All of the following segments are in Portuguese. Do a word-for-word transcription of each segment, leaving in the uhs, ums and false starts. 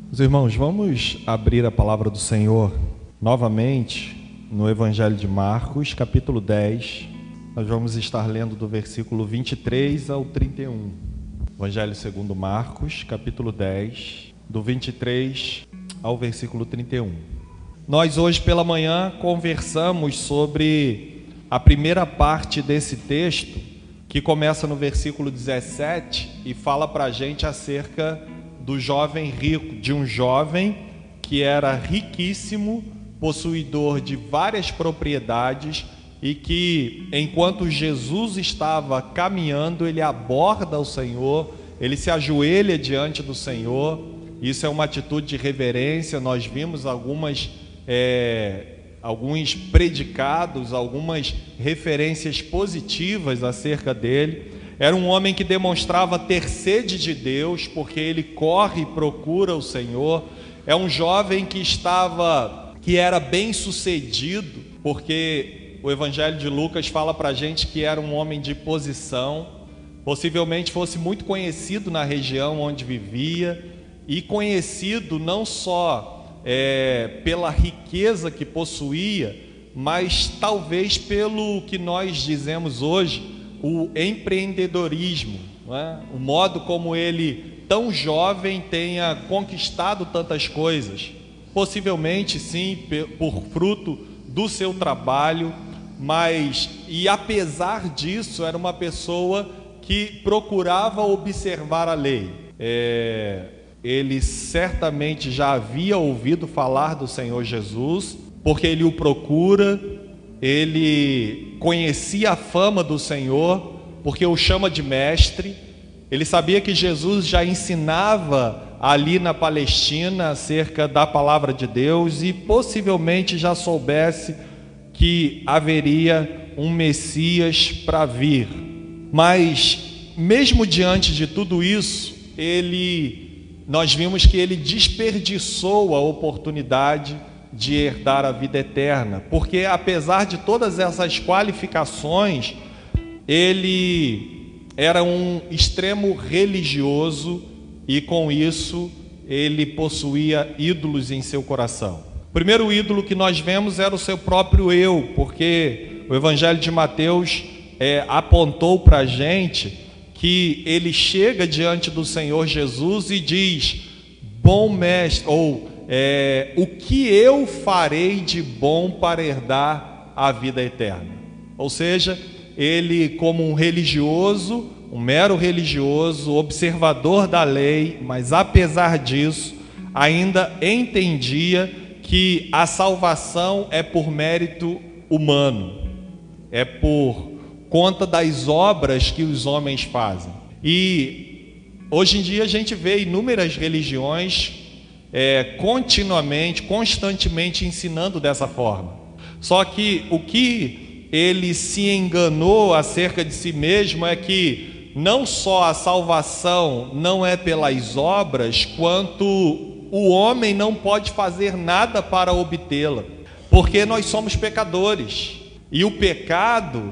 Os irmãos, vamos abrir a palavra do Senhor novamente no Evangelho de Marcos, capítulo dez. Nós vamos estar lendo do versículo vinte e três ao trinta e um. Evangelho segundo Marcos, capítulo dez, do vinte e três ao versículo trinta e um. Nós hoje pela manhã conversamos sobre a primeira parte desse texto, que começa no versículo dezessete e fala para a gente acerca do jovem rico, de um jovem que era riquíssimo, possuidor de várias propriedades e que, enquanto Jesus estava caminhando, ele aborda o Senhor, ele se ajoelha diante do Senhor. Isso é uma atitude de reverência. Nós vimos algumas, é, alguns predicados, algumas referências positivas acerca dele. Era um homem que demonstrava ter sede de Deus, porque ele corre e procura o Senhor. É um jovem que estava, que era bem sucedido, porque o Evangelho de Lucas fala para a gente que era um homem de posição, possivelmente fosse muito conhecido na região onde vivia, e conhecido não só é, pela riqueza que possuía, mas talvez pelo que nós dizemos hoje, o empreendedorismo, não é? O modo como ele, tão jovem, tenha conquistado tantas coisas, possivelmente sim, por fruto do seu trabalho, mas, e apesar disso, era uma pessoa que procurava observar a lei. É, ele certamente já havia ouvido falar do Senhor Jesus, porque ele o procura. Ele conhecia a fama do Senhor, porque o chama de mestre. Ele sabia que Jesus já ensinava ali na Palestina acerca da palavra de Deus e possivelmente já soubesse que haveria um Messias para vir. Mas mesmo diante de tudo isso, ele, nós vimos que ele desperdiçou a oportunidade de herdar a vida eterna, porque apesar de todas essas qualificações, ele era um extremo religioso e com isso ele possuía ídolos em seu coração. O primeiro ídolo que nós vemos era o seu próprio eu, porque o Evangelho de Mateus é, apontou para a gente que ele chega diante do Senhor Jesus e diz: bom mestre, ou É, o que eu farei de bom para herdar a vida eterna? Ou seja, ele, como um religioso, um mero religioso, observador da lei, mas apesar disso, ainda entendia que a salvação é por mérito humano, é por conta das obras que os homens fazem. E hoje em dia a gente vê inúmeras religiões É, continuamente, constantemente ensinando dessa forma. Só que o que ele se enganou acerca de si mesmo é que não só a salvação não é pelas obras, quanto o homem não pode fazer nada para obtê-la, porque nós somos pecadores e o pecado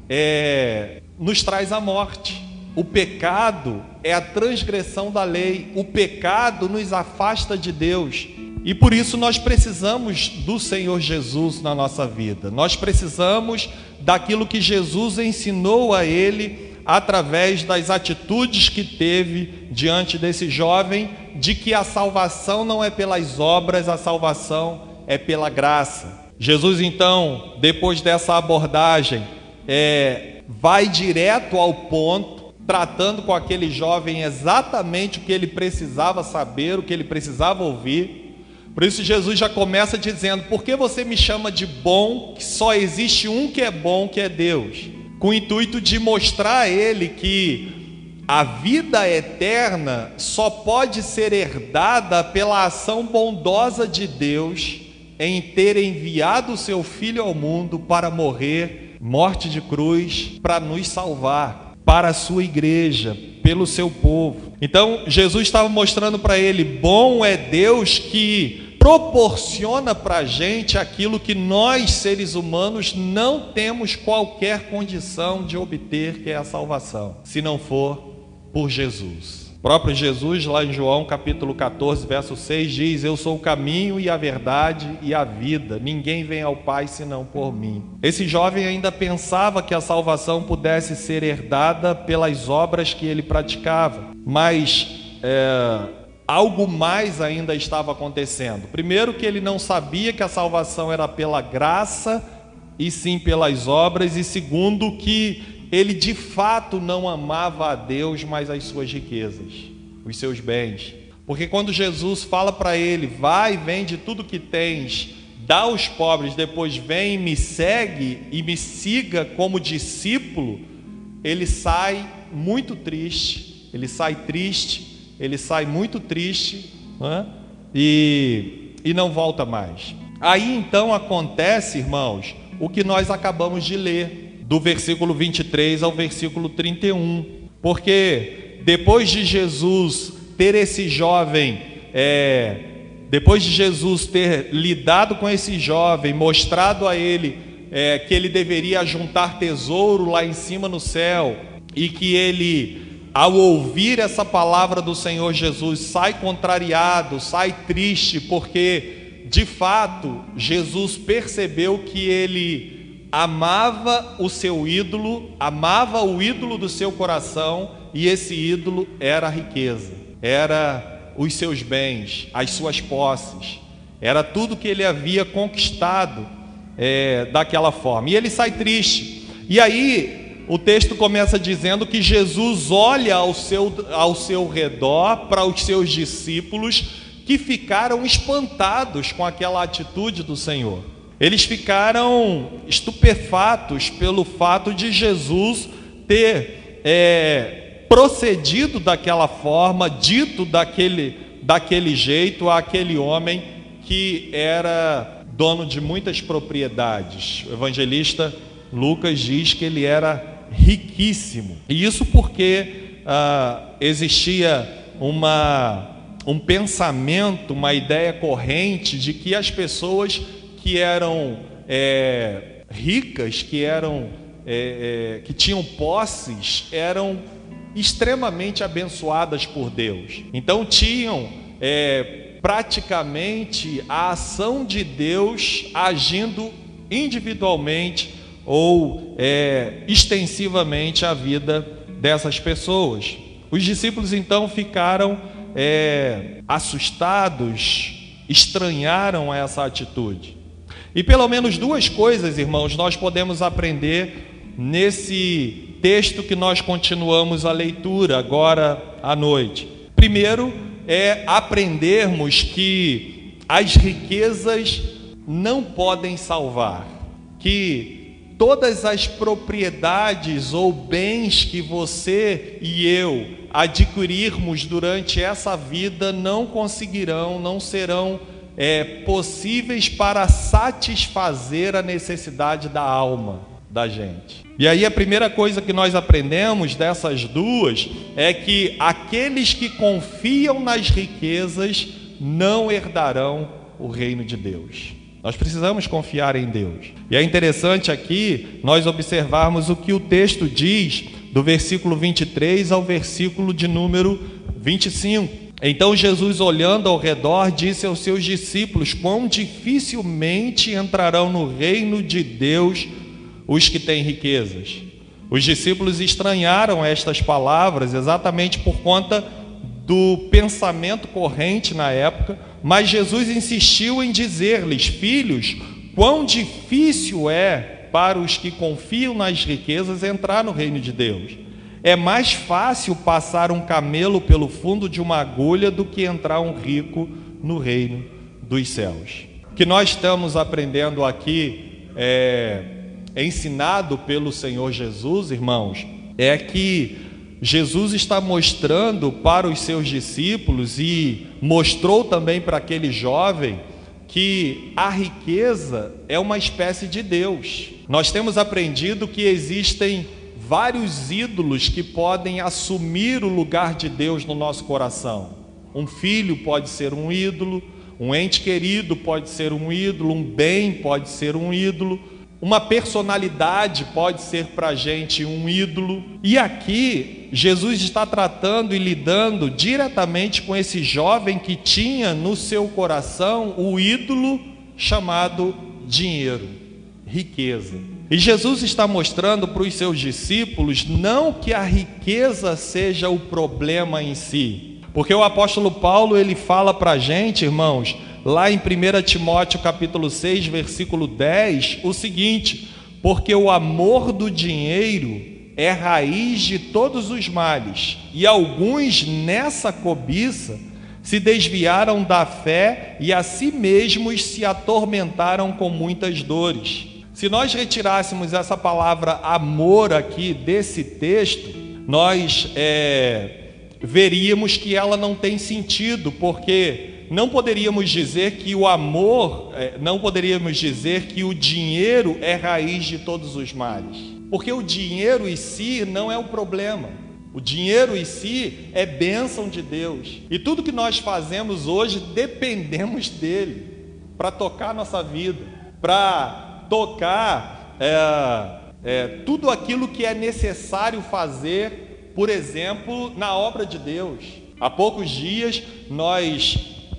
é, nos traz a morte. O pecado é a transgressão da lei. O pecado nos afasta de Deus. E por isso nós precisamos do Senhor Jesus na nossa vida. Nós precisamos daquilo que Jesus ensinou a ele através das atitudes que teve diante desse jovem, de que a salvação não é pelas obras, a salvação é pela graça. Jesus, então, depois dessa abordagem, é, vai direto ao ponto, tratando com aquele jovem exatamente o que ele precisava saber, o que ele precisava ouvir. Por isso Jesus já começa dizendo: por que você me chama de bom, que só existe um que é bom, que é Deus? Com o intuito de mostrar a ele que a vida eterna só pode ser herdada pela ação bondosa de Deus em ter enviado o seu Filho ao mundo para morrer, morte de cruz, para nos salvar, para a sua igreja, pelo seu povo. Então Jesus estava mostrando para ele: bom é Deus que proporciona para a gente aquilo que nós, seres humanos, não temos qualquer condição de obter, que é a salvação, se não for por Jesus. O próprio Jesus, lá em João capítulo quatorze, verso seis, diz: eu sou o caminho e a verdade e a vida, ninguém vem ao Pai senão por mim. Esse jovem ainda pensava que a salvação pudesse ser herdada pelas obras que ele praticava, mas é, algo mais ainda estava acontecendo. Primeiro, que ele não sabia que a salvação era pela graça e sim pelas obras, e segundo, que ele de fato não amava a Deus, mas as suas riquezas, os seus bens. Porque quando Jesus fala para ele: vai, vende tudo que tens, dá aos pobres, depois vem e me segue e me siga como discípulo, ele sai muito triste, ele sai triste, ele sai muito triste, né? e, e não volta mais. Aí então acontece, irmãos, o que nós acabamos de ler, do versículo vinte e três ao versículo trinta e um, porque depois de Jesus ter esse jovem, é, depois de Jesus ter lidado com esse jovem, mostrado a ele é, que ele deveria juntar tesouro lá em cima no céu, e que ele, ao ouvir essa palavra do Senhor Jesus, sai contrariado, sai triste, porque de fato Jesus percebeu que ele amava o seu ídolo, amava o ídolo do seu coração, e esse ídolo era a riqueza, era os seus bens, as suas posses, era tudo que ele havia conquistado é, daquela forma. E ele sai triste. E aí o texto começa dizendo que Jesus olha ao seu, ao seu redor para os seus discípulos, que ficaram espantados com aquela atitude do Senhor. Eles ficaram estupefatos pelo fato de Jesus ter é, procedido daquela forma, dito daquele, daquele jeito àquele homem que era dono de muitas propriedades. O evangelista Lucas diz que ele era riquíssimo. E isso porque ah, existia uma, um pensamento, uma ideia corrente de que as pessoas que eram é, ricas, que eram é, é, que tinham posses, eram extremamente abençoadas por Deus. Então tinham é, praticamente a ação de Deus agindo individualmente ou é, extensivamente a vida dessas pessoas. Os discípulos então ficaram é, assustados, estranharam essa atitude. E pelo menos duas coisas, irmãos, nós podemos aprender nesse texto que nós continuamos a leitura agora à noite. Primeiro é aprendermos que as riquezas não podem salvar, que todas as propriedades ou bens que você e eu adquirirmos durante essa vida não conseguirão, não serão É, possíveis para satisfazer a necessidade da alma da gente. E aí a primeira coisa que nós aprendemos dessas duas é que aqueles que confiam nas riquezas não herdarão o reino de Deus. Nós precisamos confiar em Deus. E é interessante aqui nós observarmos o que o texto diz do versículo vinte e três ao versículo de número vinte e cinco. Então Jesus, olhando ao redor, disse aos seus discípulos: quão dificilmente entrarão no reino de Deus os que têm riquezas. Os discípulos estranharam estas palavras exatamente por conta do pensamento corrente na época, mas Jesus insistiu em dizer-lhes: filhos, quão difícil é para os que confiam nas riquezas entrar no reino de Deus. É mais fácil passar um camelo pelo fundo de uma agulha do que entrar um rico no reino dos céus. O que nós estamos aprendendo aqui, é, ensinado pelo Senhor Jesus, irmãos, é que Jesus está mostrando para os seus discípulos, e mostrou também para aquele jovem, que a riqueza é uma espécie de Deus. Nós temos aprendido que existem vários ídolos que podem assumir o lugar de Deus no nosso coração. Um filho pode ser um ídolo, um ente querido pode ser um ídolo, um bem pode ser um ídolo, uma personalidade pode ser para a gente um ídolo. E aqui, Jesus está tratando e lidando diretamente com esse jovem que tinha no seu coração o ídolo chamado dinheiro, riqueza. E Jesus está mostrando para os seus discípulos não que a riqueza seja o problema em si, porque o apóstolo Paulo ele fala para a gente, irmãos, lá em primeiro Timóteo capítulo seis, versículo dez, o seguinte: porque o amor do dinheiro é raiz de todos os males, e alguns nessa cobiça se desviaram da fé e a si mesmos se atormentaram com muitas dores. Se nós retirássemos essa palavra amor aqui desse texto, nós é, veríamos que ela não tem sentido, porque não poderíamos dizer que o amor, é, não poderíamos dizer que o dinheiro é raiz de todos os males, porque o dinheiro em si não é o problema. O dinheiro em si é bênção de Deus, e tudo que nós fazemos hoje dependemos dele para tocar nossa vida, para tocar é, é, tudo aquilo que é necessário fazer, por exemplo, na obra de Deus. Há poucos dias nós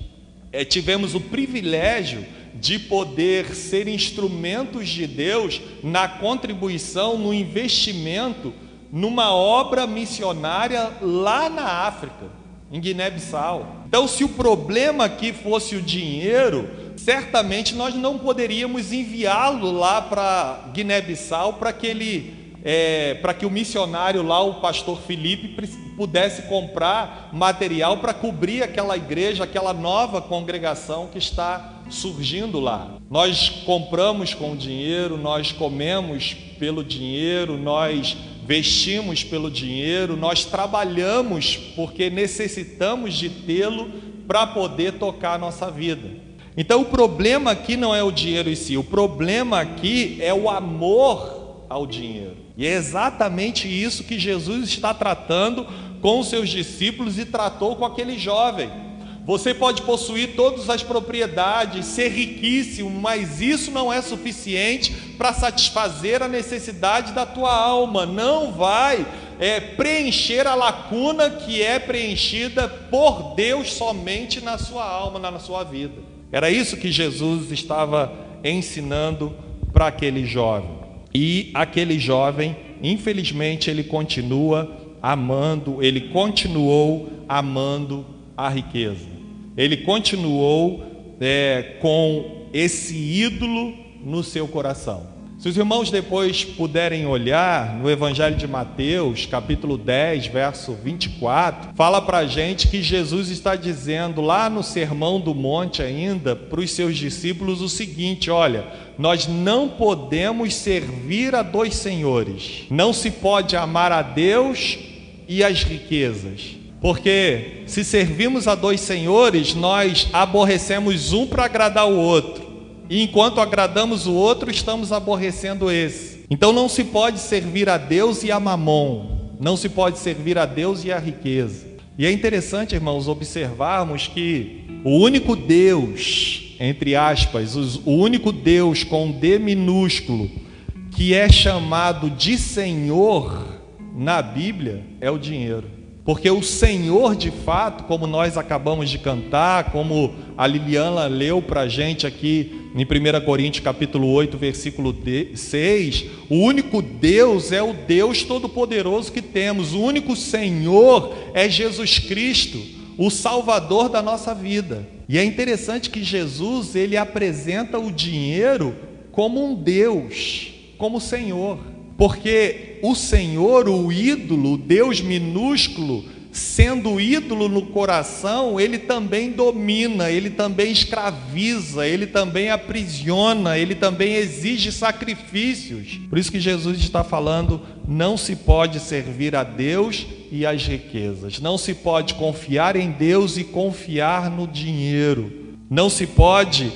é, tivemos o privilégio de poder ser instrumentos de Deus na contribuição, no investimento, numa obra missionária lá na África, em Guiné-Bissau. Então, se o problema aqui fosse o dinheiro, certamente nós não poderíamos enviá-lo lá para Guiné-Bissau para que ele, é, para que o missionário lá, o pastor Felipe, pudesse comprar material para cobrir aquela igreja, aquela nova congregação que está surgindo lá. Nós compramos com o dinheiro, nós comemos pelo dinheiro, nós vestimos pelo dinheiro, nós trabalhamos porque necessitamos de tê-lo para poder tocar a nossa vida. Então o problema aqui não é o dinheiro em si, o problema aqui é o amor ao dinheiro. E é exatamente isso que Jesus está tratando com os seus discípulos e tratou com aquele jovem. Você pode possuir todas as propriedades, ser riquíssimo, mas isso não é suficiente para satisfazer a necessidade da tua alma. Não vai é, preencher a lacuna que é preenchida por Deus somente na sua alma, na sua vida. Era isso que Jesus estava ensinando para aquele jovem. E aquele jovem, infelizmente, ele continua amando, ele continuou amando a riqueza. Ele continuou é, com esse ídolo no seu coração. Se os irmãos depois puderem olhar no Evangelho de Mateus, capítulo dez, verso vinte e quatro, fala para a gente que Jesus está dizendo lá no Sermão do Monte ainda, para os seus discípulos o seguinte: olha, nós não podemos servir a dois senhores, não se pode amar a Deus e as riquezas, porque se servimos a dois senhores, nós aborrecemos um para agradar o outro, e enquanto agradamos o outro, estamos aborrecendo esse. Então não se pode servir a Deus e a mamon, não se pode servir a Deus e a riqueza. E é interessante, irmãos, observarmos que o único Deus, entre aspas, o único Deus com D minúsculo, que é chamado de Senhor na Bíblia, é o dinheiro. Porque o Senhor, de fato, como nós acabamos de cantar, como a Liliana leu para a gente aqui em primeira Coríntios capítulo oito, versículo seis, o único Deus é o Deus Todo-Poderoso que temos. O único Senhor é Jesus Cristo, o Salvador da nossa vida. E é interessante que Jesus, ele apresenta o dinheiro como um Deus, como Senhor. Porque o Senhor, o ídolo, o Deus minúsculo, sendo ídolo no coração, ele também domina, ele também escraviza, ele também aprisiona, ele também exige sacrifícios. Por isso que Jesus está falando, não se pode servir a Deus e às riquezas, não se pode confiar em Deus e confiar no dinheiro, não se pode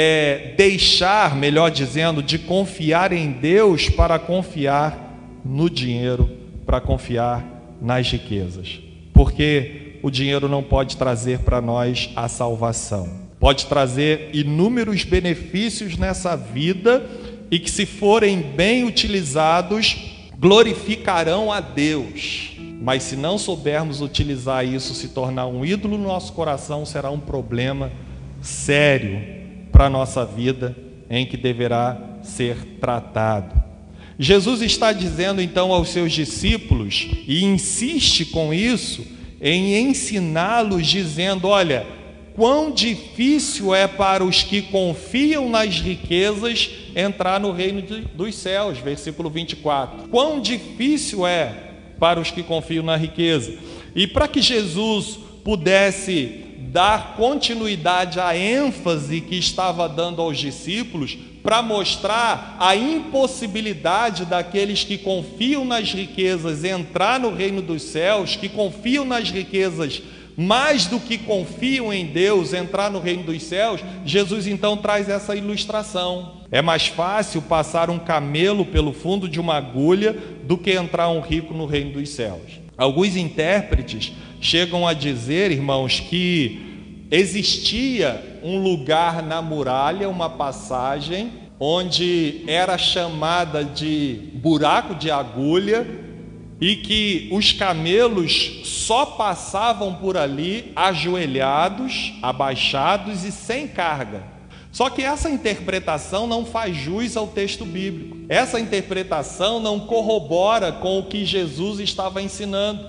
É, deixar, melhor dizendo, de confiar em Deus para confiar no dinheiro, para confiar nas riquezas, porque o dinheiro não pode trazer para nós a salvação. Pode trazer inúmeros benefícios nessa vida e que, se forem bem utilizados, glorificarão a Deus. Mas se não soubermos utilizar isso, se tornar um ídolo no nosso coração, será um problema sério para a nossa vida, em que deverá ser tratado. Jesus está dizendo então aos seus discípulos, e insiste com isso, em ensiná-los, dizendo: olha, quão difícil é para os que confiam nas riquezas entrar no reino de, dos céus, versículo vinte e quatro. Quão difícil é para os que confiam na riqueza. E para que Jesus pudesse dar continuidade à ênfase que estava dando aos discípulos, para mostrar a impossibilidade daqueles que confiam nas riquezas entrar no reino dos céus, que confiam nas riquezas mais do que confiam em Deus entrar no reino dos céus, Jesus então traz essa ilustração. É mais fácil passar um camelo pelo fundo de uma agulha do que entrar um rico no reino dos céus. Alguns intérpretes chegam a dizer, irmãos, que existia um lugar na muralha, uma passagem, onde era chamada de buraco de agulha, e que os camelos só passavam por ali ajoelhados, abaixados e sem carga. Só que essa interpretação não faz jus ao texto bíblico. Essa interpretação não corrobora com o que Jesus estava ensinando,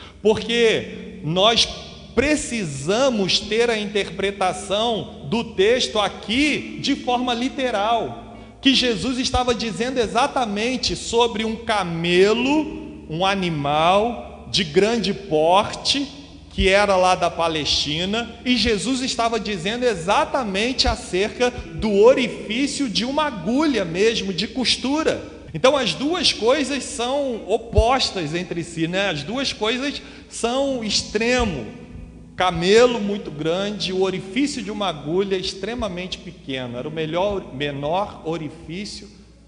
porque nós precisamos ter a interpretação do texto aqui de forma literal, que Jesus estava dizendo exatamente sobre um camelo, um animal de grande porte, que era lá da Palestina, e Jesus estava dizendo exatamente acerca do orifício de uma agulha mesmo, de costura. Então as duas coisas são opostas entre si, né? As duas coisas são extremo. Camelo muito grande, o orifício de uma agulha extremamente pequeno. Era o melhor, menor orifício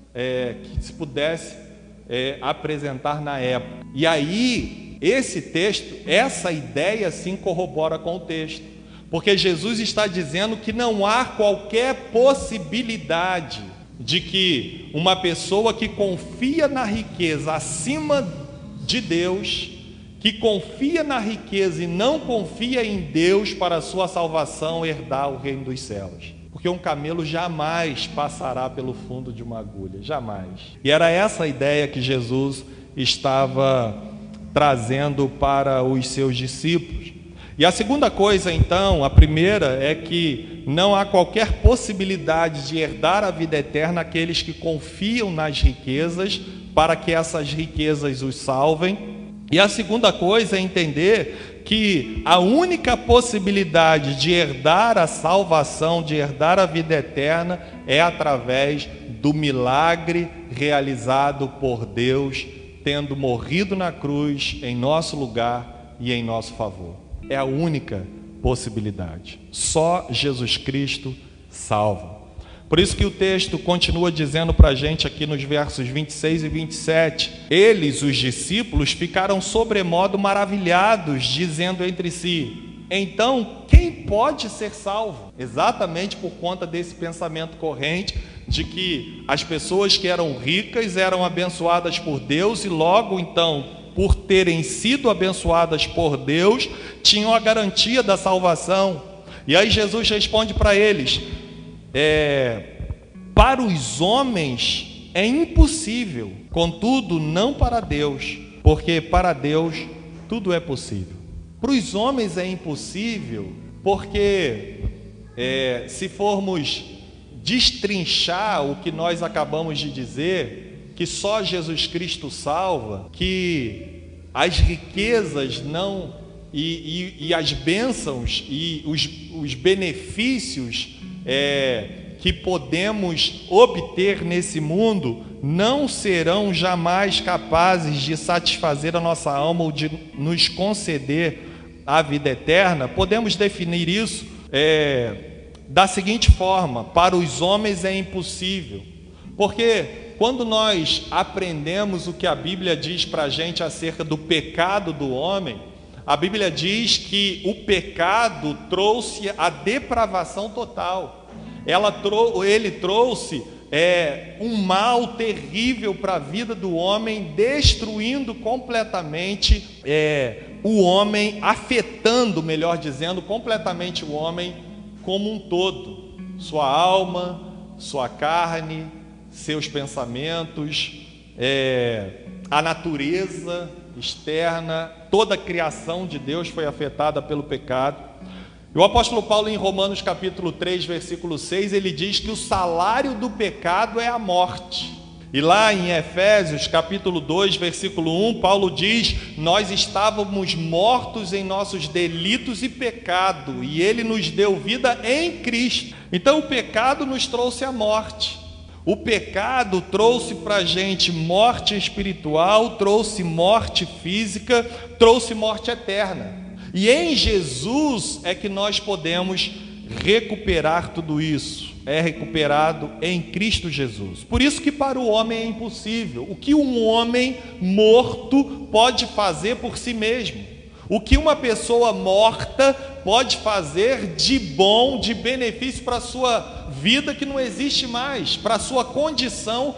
é, que se pudesse É, apresentar na época. E aí, esse texto, essa ideia sim corrobora com o texto, porque Jesus está dizendo que não há qualquer possibilidade de que uma pessoa que confia na riqueza acima de Deus, que confia na riqueza e não confia em Deus para a sua salvação, herdar o reino dos céus. Porque um camelo jamais passará pelo fundo de uma agulha, jamais. E era essa a ideia que Jesus estava trazendo para os seus discípulos. E a segunda coisa, então, a primeira é que não há qualquer possibilidade de herdar a vida eterna aqueles que confiam nas riquezas, para que essas riquezas os salvem. E a segunda coisa é entender que a única possibilidade de herdar a salvação, de herdar a vida eterna, é através do milagre realizado por Deus, tendo morrido na cruz em nosso lugar e em nosso favor. É a única possibilidade. Só Jesus Cristo salva. Por isso que o texto continua dizendo para a gente aqui nos versos vinte e seis e vinte e sete, eles, os discípulos, ficaram sobremodo maravilhados, dizendo entre si, então quem pode ser salvo? Exatamente por conta desse pensamento corrente de que as pessoas que eram ricas eram abençoadas por Deus e logo então, por terem sido abençoadas por Deus, tinham a garantia da salvação. E aí Jesus responde para eles, É, para os homens é impossível, contudo não para Deus, porque para Deus tudo é possível. Para os homens é impossível, porque é, se formos destrinchar o que nós acabamos de dizer, que só Jesus Cristo salva, que as riquezas não e, e, e as bênçãos e os, os benefícios É, que podemos obter nesse mundo não serão jamais capazes de satisfazer a nossa alma ou de nos conceder a vida eterna. Podemos definir isso é, da seguinte forma: para os homens é impossível, porque quando nós aprendemos o que a Bíblia diz para a gente acerca do pecado do homem, a Bíblia diz que o pecado trouxe a depravação total. Ela trou- ele trouxe é, um mal terrível para a vida do homem, destruindo completamente é, o homem, afetando, melhor dizendo, completamente o homem como um todo, sua alma, sua carne, seus pensamentos, é, a natureza externa, toda a criação de Deus foi afetada pelo pecado. E o apóstolo Paulo, em Romanos capítulo três, versículo seis, ele diz que o salário do pecado é a morte. E lá em Efésios capítulo dois, versículo um, Paulo diz: nós estávamos mortos em nossos delitos e pecado, e ele nos deu vida em Cristo. Então o pecado nos trouxe a morte. O pecado trouxe para a gente morte espiritual, trouxe morte física, trouxe morte eterna. E em Jesus é que nós podemos recuperar tudo isso. É recuperado em Cristo Jesus. Por isso que para o homem é impossível. O que um homem morto pode fazer por si mesmo? O que uma pessoa morta pode fazer de bom, de benefício para a sua vida que não existe mais, para a sua condição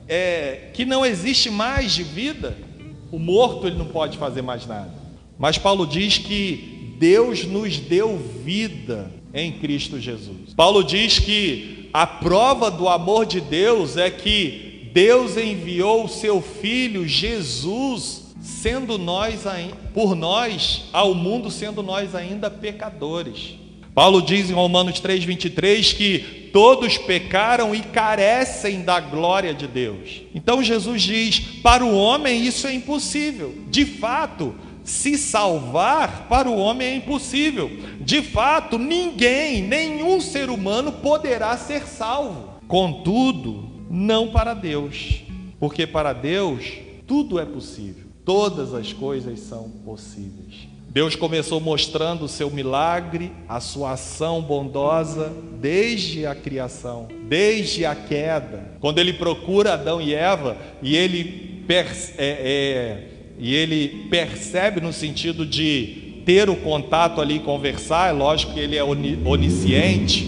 é, que não existe mais de vida? O morto ele não pode fazer mais nada. Mas Paulo diz que Deus nos deu vida em Cristo Jesus. Paulo diz que a prova do amor de Deus é que Deus enviou o seu Filho Jesus, sendo nós, por nós, ao mundo, sendo nós ainda pecadores. Paulo diz em Romanos três, vinte e três que todos pecaram e carecem da glória de Deus. Então Jesus diz, para o homem isso é impossível. De fato, se salvar para o homem é impossível. De fato, ninguém, nenhum ser humano poderá ser salvo. Contudo, não para Deus, porque para Deus tudo é possível. Todas as coisas são possíveis. Deus começou mostrando o seu milagre, a sua ação bondosa desde a criação, desde a queda. Quando ele procura Adão e Eva e ele, perce- é, é, e ele percebe no sentido de ter o contato ali e conversar, é lógico que ele é onisciente,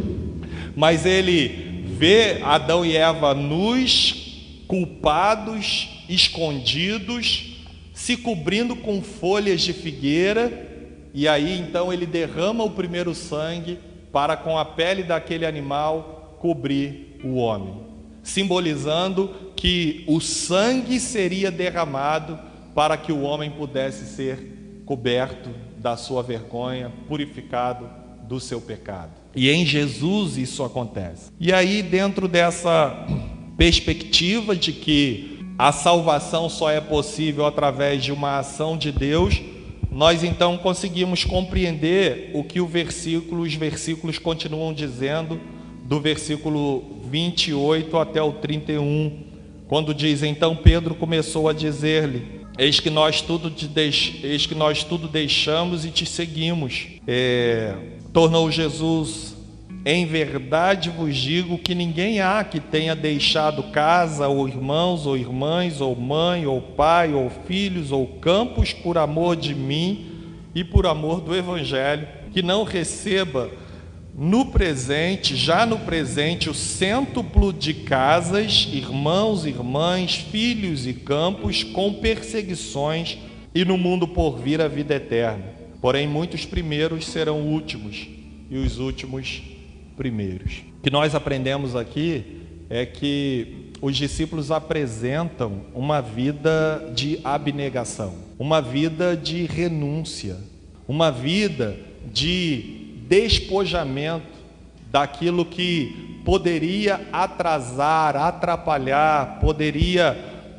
mas ele vê Adão e Eva nus, culpados, escondidos, se cobrindo com folhas de figueira, e aí então ele derrama o primeiro sangue para com a pele daquele animal cobrir o homem, simbolizando que o sangue seria derramado para que o homem pudesse ser coberto da sua vergonha, purificado do seu pecado. E em Jesus isso acontece. E aí, dentro dessa perspectiva de que a salvação só é possível através de uma ação de Deus, nós então conseguimos compreender o que o versículo, os versículos continuam dizendo, do versículo vinte e oito até o trinta e um, quando diz: então Pedro começou a dizer-lhe: eis que nós tudo, te deix... eis que nós tudo deixamos e te seguimos. É... Tornou Jesus: em verdade vos digo que ninguém há que tenha deixado casa, ou irmãos, ou irmãs, ou mãe, ou pai, ou filhos, ou campos, por amor de mim e por amor do Evangelho, que não receba no presente, já no presente, o cêntuplo de casas, irmãos, irmãs, filhos e campos, com perseguições, e no mundo por vir a vida eterna. Porém, muitos primeiros serão últimos, e os últimos primeiros. O que nós aprendemos aqui é que os discípulos apresentam uma vida de abnegação, uma vida de renúncia, uma vida de despojamento daquilo que poderia atrasar, atrapalhar, poderia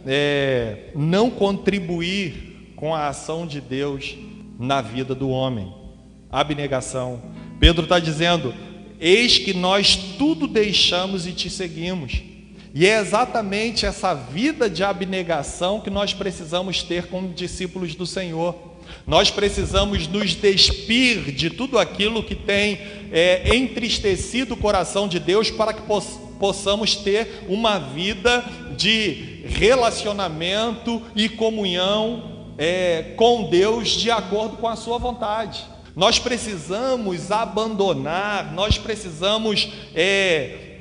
é, não contribuir com a ação de Deus na vida do homem. Abnegação. Pedro está dizendo: eis que nós tudo deixamos e te seguimos. E é exatamente essa vida de abnegação que nós precisamos ter como discípulos do Senhor. Nós precisamos nos despir de tudo aquilo que tem é, entristecido o coração de Deus, para que poss- possamos ter uma vida de relacionamento e comunhão é, com Deus de acordo com a sua vontade. Nós precisamos abandonar, nós precisamos é,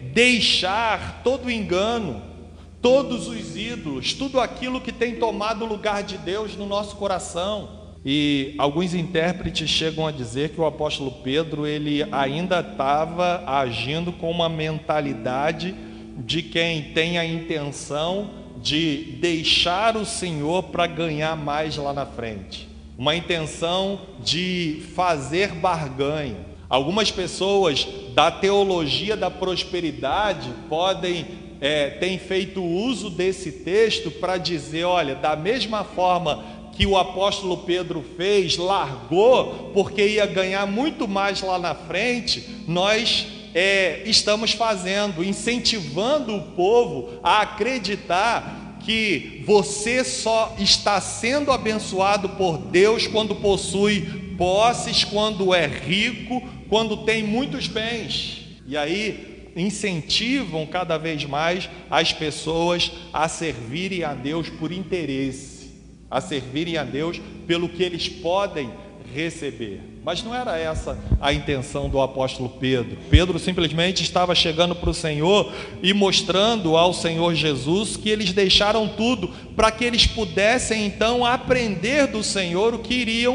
deixar todo o engano, todos os ídolos, tudo aquilo que tem tomado o lugar de Deus no nosso coração. E alguns intérpretes chegam a dizer que o apóstolo Pedro, ele ainda estava agindo com uma mentalidade de quem tem a intenção de deixar o Senhor para ganhar mais lá na frente, uma intenção de fazer barganha. Algumas pessoas da teologia da prosperidade podem é, ter feito uso desse texto para dizer, olha, da mesma forma que o apóstolo Pedro fez, largou porque ia ganhar muito mais lá na frente, nós é, estamos fazendo, incentivando o povo a acreditar que você só está sendo abençoado por Deus quando possui posses, quando é rico, quando tem muitos bens. E aí incentivam cada vez mais as pessoas a servirem a Deus por interesse, a servirem a Deus pelo que eles podem receber. Mas não era essa a intenção do apóstolo Pedro. Pedro simplesmente estava chegando para o Senhor e mostrando ao Senhor Jesus que eles deixaram tudo para que eles pudessem então aprender do Senhor o que iriam,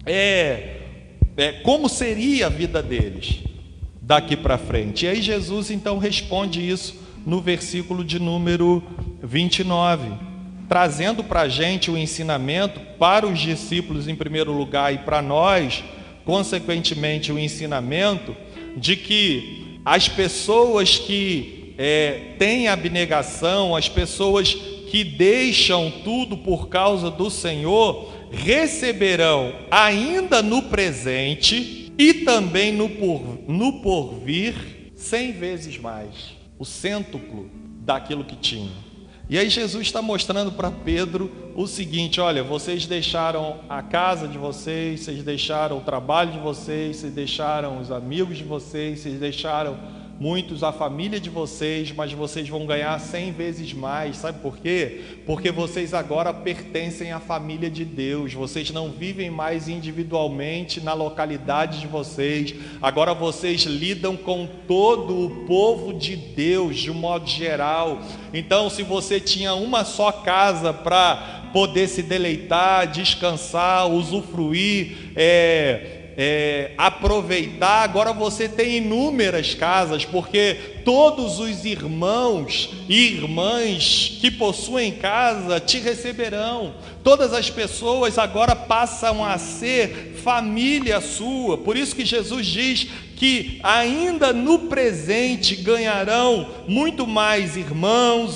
é, é, como seria a vida deles daqui para frente. E aí Jesus então responde isso no versículo de número vinte e nove, trazendo para a gente o ensinamento, para os discípulos em primeiro lugar e para nós, consequentemente, o ensinamento de que as pessoas que é, têm abnegação, as pessoas que deixam tudo por causa do Senhor, receberão ainda no presente e também no, por, no porvir, cem vezes mais, o cêntuplo daquilo que tinham. E aí Jesus está mostrando para Pedro o seguinte, olha, vocês deixaram a casa de vocês, vocês deixaram o trabalho de vocês, vocês deixaram os amigos de vocês, vocês deixaram muitos a família de vocês, mas vocês vão ganhar cem vezes mais. Sabe por quê? Porque vocês agora pertencem à família de Deus, vocês não vivem mais individualmente na localidade de vocês, agora vocês lidam com todo o povo de Deus de um modo geral. Então, se você tinha uma só casa para poder se deleitar, descansar, usufruir, é... É, aproveitar, agora você tem inúmeras casas, porque todos os irmãos e irmãs que possuem casa te receberão. Todas as pessoas agora passam a ser família sua. Por isso que Jesus diz que ainda no presente ganharão muito mais irmãos,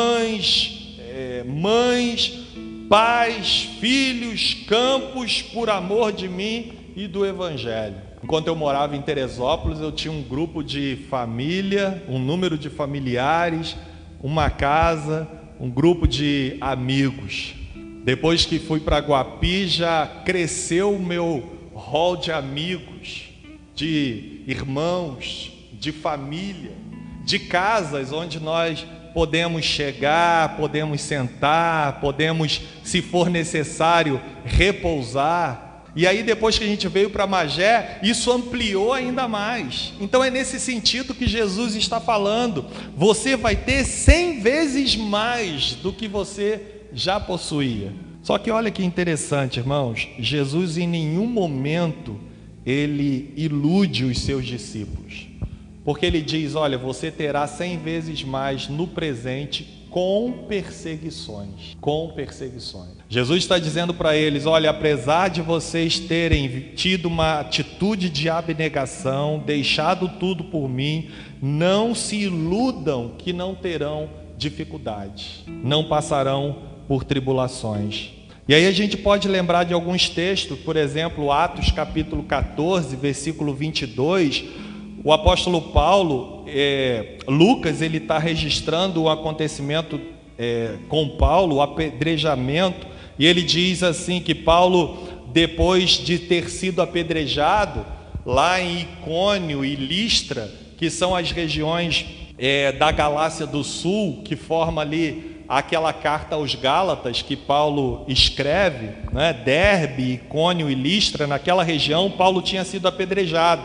irmãs, é, mães, pais, filhos, campos, por amor de mim e do Evangelho. Enquanto eu morava em Teresópolis, eu tinha um grupo de família, um número de familiares, uma casa, um grupo de amigos. Depois que fui para Guapi, já cresceu o meu rol de amigos, de irmãos, de família, de casas onde nós podemos chegar, podemos sentar, podemos, se for necessário, repousar. E aí depois que a gente veio para Magé, isso ampliou ainda mais. Então é nesse sentido que Jesus está falando. Você vai ter cem vezes mais do que você já possuía. Só que olha que interessante, irmãos. Jesus em nenhum momento ele ilude os seus discípulos. Porque ele diz, olha, você terá cem vezes mais no presente com perseguições, com perseguições. Jesus está dizendo para eles, olha, apesar de vocês terem tido uma atitude de abnegação, deixado tudo por mim, não se iludam que não terão dificuldades, não passarão por tribulações. E aí a gente pode lembrar de alguns textos, por exemplo, Atos capítulo quatorze, versículo vinte e dois, o apóstolo Paulo, é, Lucas, ele está registrando o acontecimento é, com Paulo, o apedrejamento, e ele diz assim que Paulo, depois de ter sido apedrejado, lá em Icônio e Listra, que são as regiões é, da Galácia do Sul, que forma ali aquela carta aos Gálatas que Paulo escreve, né? Derbe, Icônio e Listra, naquela região, Paulo tinha sido apedrejado.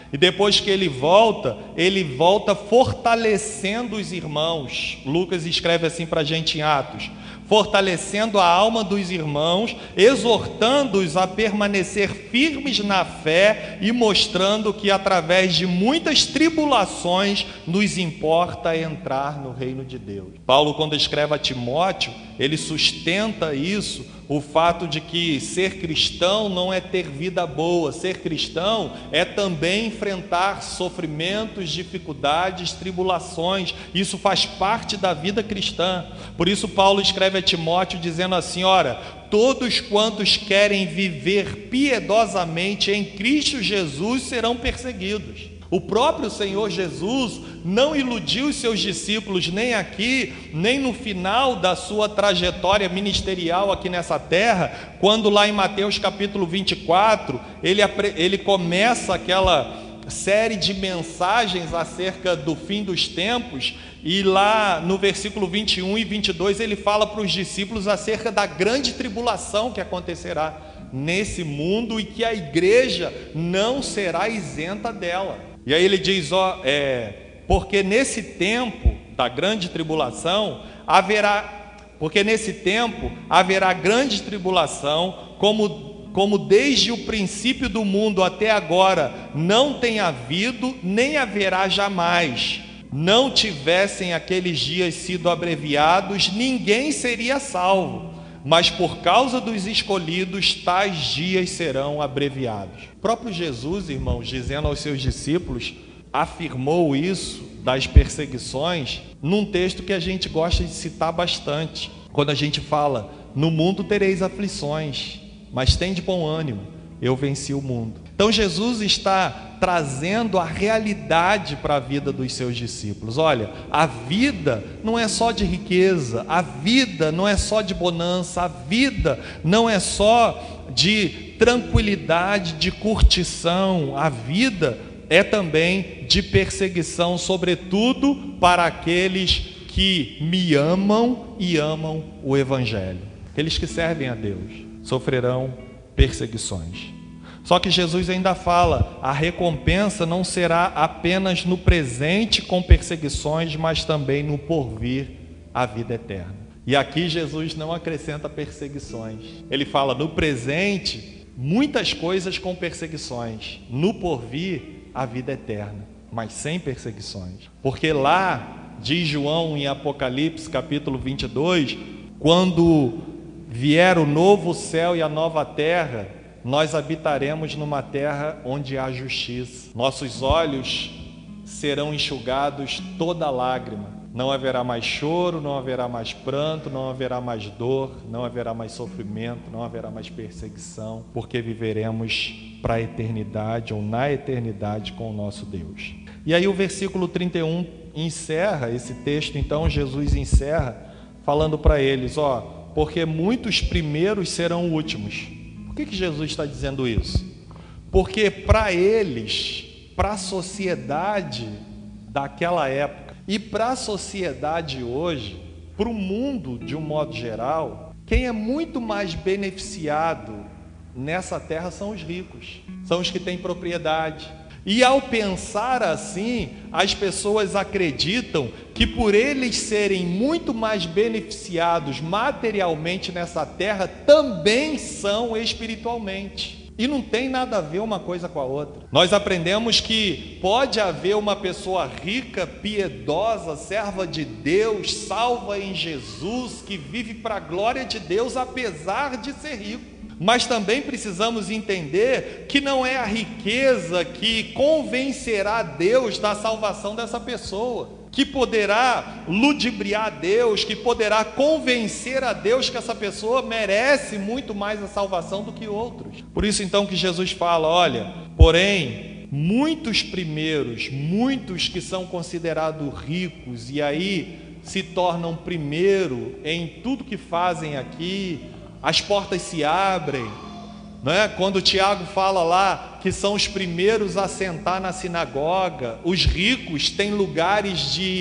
E depois que ele volta, ele volta fortalecendo os irmãos. Lucas escreve assim para a gente em Atos: fortalecendo a alma dos irmãos, exortando-os a permanecer firmes na fé e mostrando que através de muitas tribulações nos importa entrar no reino de Deus. Paulo, quando escreve a Timóteo, ele sustenta isso, o fato de que ser cristão não é ter vida boa, ser cristão é também enfrentar sofrimentos, dificuldades, tribulações. Isso faz parte da vida cristã. Por isso Paulo escreve a Timóteo dizendo assim: ora, todos quantos querem viver piedosamente em Cristo Jesus serão perseguidos. O próprio Senhor Jesus não iludiu os seus discípulos nem aqui, nem no final da sua trajetória ministerial aqui nessa terra, quando lá em Mateus capítulo vinte e quatro, ele, ele começa aquela série de mensagens acerca do fim dos tempos, e lá no versículo vinte e um e vinte e dois ele fala para os discípulos acerca da grande tribulação que acontecerá nesse mundo e que a igreja não será isenta dela. E aí ele diz, ó, é, porque nesse tempo da grande tribulação haverá, porque nesse tempo haverá grande tribulação, como, como desde o princípio do mundo até agora não tem havido, nem haverá jamais. Não tivessem aqueles dias sido abreviados, ninguém seria salvo. Mas por causa dos escolhidos, tais dias serão abreviados. O próprio Jesus, irmãos, dizendo aos seus discípulos, afirmou isso das perseguições num texto que a gente gosta de citar bastante. Quando a gente fala, no mundo tereis aflições, mas tende bom ânimo, eu venci o mundo. Então Jesus está trazendo a realidade para a vida dos seus discípulos. Olha, a vida não é só de riqueza, a vida não é só de bonança, a vida não é só de tranquilidade, de curtição, a vida é também de perseguição, sobretudo para aqueles que me amam e amam o Evangelho. Aqueles que servem a Deus sofrerão perseguições. Só que Jesus ainda fala, a recompensa não será apenas no presente com perseguições, mas também no porvir, a vida eterna. E aqui Jesus não acrescenta perseguições. Ele fala, no presente, muitas coisas com perseguições. No porvir, a vida eterna, mas sem perseguições. Porque lá, diz João em Apocalipse capítulo vinte e dois, quando vier o novo céu e a nova terra, nós habitaremos numa terra onde há justiça. Nossos olhos serão enxugados toda lágrima. Não haverá mais choro, não haverá mais pranto, não haverá mais dor, não haverá mais sofrimento, não haverá mais perseguição, porque viveremos para a eternidade ou na eternidade com o nosso Deus. E aí o versículo trinta e um encerra esse texto. Então Jesus encerra falando para eles, ó, porque muitos primeiros serão últimos. Por que que Jesus está dizendo isso? Porque para eles, para a sociedade daquela época e para a sociedade hoje, para o mundo de um modo geral, quem é muito mais beneficiado nessa terra são os ricos, são os que têm propriedade. E ao pensar assim, as pessoas acreditam que por eles serem muito mais beneficiados materialmente nessa terra, também são espiritualmente. E não tem nada a ver uma coisa com a outra. Nós aprendemos que pode haver uma pessoa rica, piedosa, serva de Deus, salva em Jesus, que vive para a glória de Deus, apesar de ser rico. Mas também precisamos entender que não é a riqueza que convencerá Deus da salvação dessa pessoa, que poderá ludibriar Deus, que poderá convencer a Deus que essa pessoa merece muito mais a salvação do que outros. Por isso então que Jesus fala, olha, porém, muitos primeiros, muitos que são considerados ricos e aí se tornam primeiro em tudo que fazem aqui, as portas se abrem, não é? Quando o Tiago fala lá que são os primeiros a sentar na sinagoga, os ricos têm lugares de,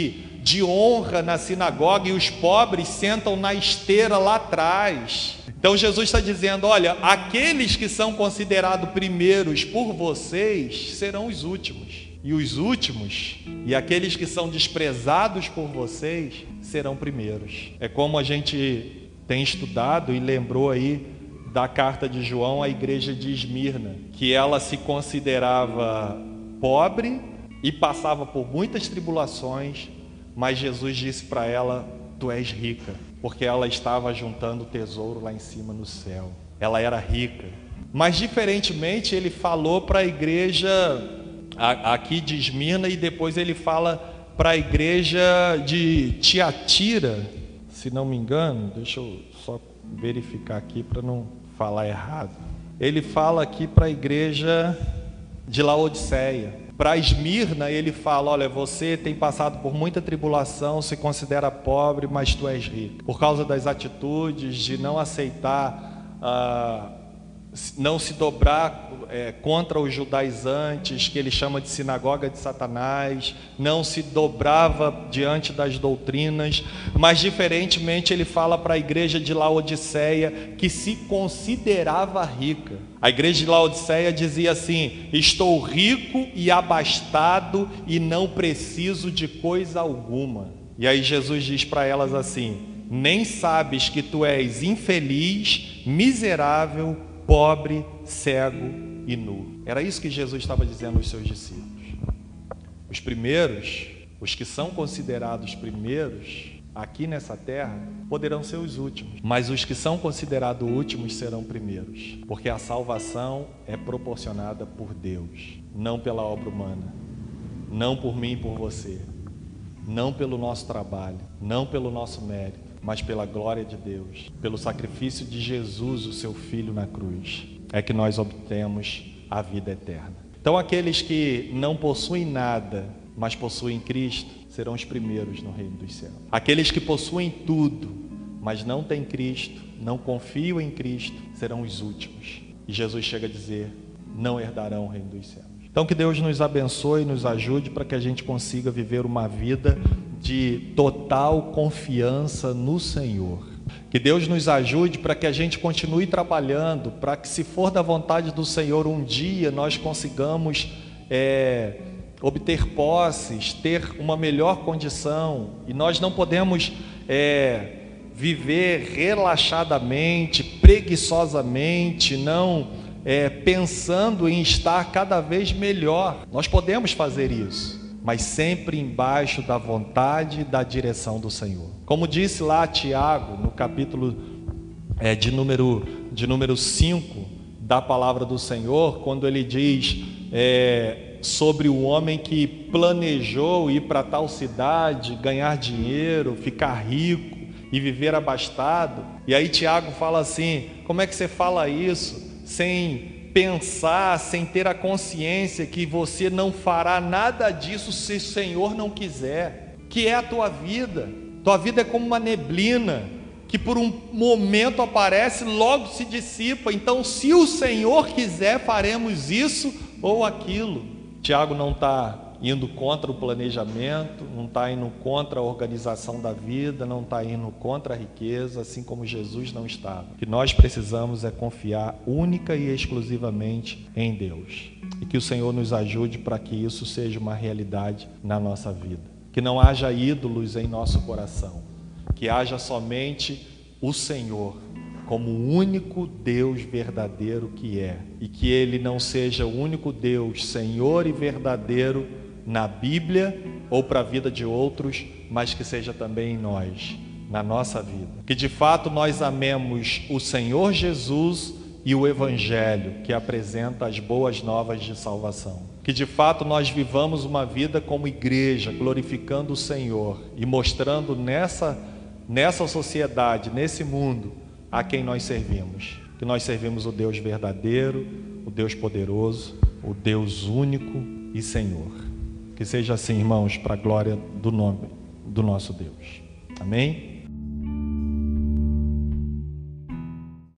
de honra na sinagoga e os pobres sentam na esteira lá atrás. Então Jesus está dizendo, olha, aqueles que são considerados primeiros por vocês serão os últimos. E os últimos, e aqueles que são desprezados por vocês, serão primeiros. É como a gente tem estudado e lembrou aí da carta de João à igreja de Esmirna, que ela se considerava pobre e passava por muitas tribulações, mas Jesus disse para ela, tu és rica, porque ela estava juntando tesouro lá em cima no céu. Ela era rica. Mas diferentemente ele falou para a igreja aqui de Esmirna e depois ele fala para a igreja de Tiatira, se não me engano, deixa eu só verificar aqui para não falar errado. Ele fala aqui para a igreja de Laodiceia. Para Esmirna ele fala, olha, você tem passado por muita tribulação, se considera pobre, mas tu és rico. Por causa das atitudes de não aceitar, ah, não se dobrar é, contra os judaizantes, que ele chama de sinagoga de Satanás, não se dobrava diante das doutrinas, mas diferentemente ele fala para a igreja de Laodiceia, que se considerava rica. A igreja de Laodiceia dizia assim, estou rico e abastado e não preciso de coisa alguma. E aí Jesus diz para elas assim, nem sabes que tu és infeliz, miserável, pobre, cego e nu. Era isso que Jesus estava dizendo aos seus discípulos. Os primeiros, os que são considerados primeiros aqui nessa terra, poderão ser os últimos, mas os que são considerados últimos serão primeiros, porque a salvação é proporcionada por Deus, não pela obra humana, não por mim e por você, não pelo nosso trabalho, não pelo nosso mérito, mas pela glória de Deus, pelo sacrifício de Jesus, o seu Filho na cruz, é que nós obtemos a vida eterna. Então aqueles que não possuem nada, mas possuem Cristo, serão os primeiros no reino dos céus. Aqueles que possuem tudo, mas não têm Cristo, não confiam em Cristo, serão os últimos. E Jesus chega a dizer, não herdarão o reino dos céus. Então que Deus nos abençoe e nos ajude para que a gente consiga viver uma vida de total confiança no Senhor. Que Deus nos ajude para que a gente continue trabalhando, para que, se for da vontade do Senhor, um dia nós consigamos é, obter posses, ter uma melhor condição. E nós não podemos é, viver relaxadamente, preguiçosamente, não é, pensando em estar cada vez melhor. Nós podemos fazer isso, mas sempre embaixo da vontade e da direção do Senhor. Como disse lá Tiago, no capítulo é, de número de número cinco da palavra do Senhor, quando ele diz é, sobre o homem que planejou ir para tal cidade, ganhar dinheiro, ficar rico e viver abastado. E aí Tiago fala assim, como é que você fala isso sem pensar, sem ter a consciência que você não fará nada disso se o Senhor não quiser? Que é a tua vida? Tua vida é como uma neblina que por um momento aparece, logo se dissipa. Então, se o Senhor quiser, faremos isso ou aquilo. Tiago não está indo contra o planejamento, não está indo contra a organização da vida, não está indo contra a riqueza, assim como Jesus não estava. O que nós precisamos é confiar única e exclusivamente em Deus. E que o Senhor nos ajude para que isso seja uma realidade na nossa vida. Que não haja ídolos em nosso coração, que haja somente o Senhor como o único Deus verdadeiro que é, e que Ele não seja o único Deus, Senhor e verdadeiro na Bíblia ou para a vida de outros, mas que seja também em nós, na nossa vida. Que de fato nós amemos o Senhor Jesus e o Evangelho, que apresenta as boas novas de salvação. Que de fato nós vivamos uma vida como igreja, glorificando o Senhor e mostrando nessa, nessa sociedade, nesse mundo, a quem nós servimos. Que nós servimos o Deus verdadeiro, o Deus poderoso, o Deus único e Senhor. Que seja assim, irmãos, para a glória do nome do nosso Deus. Amém?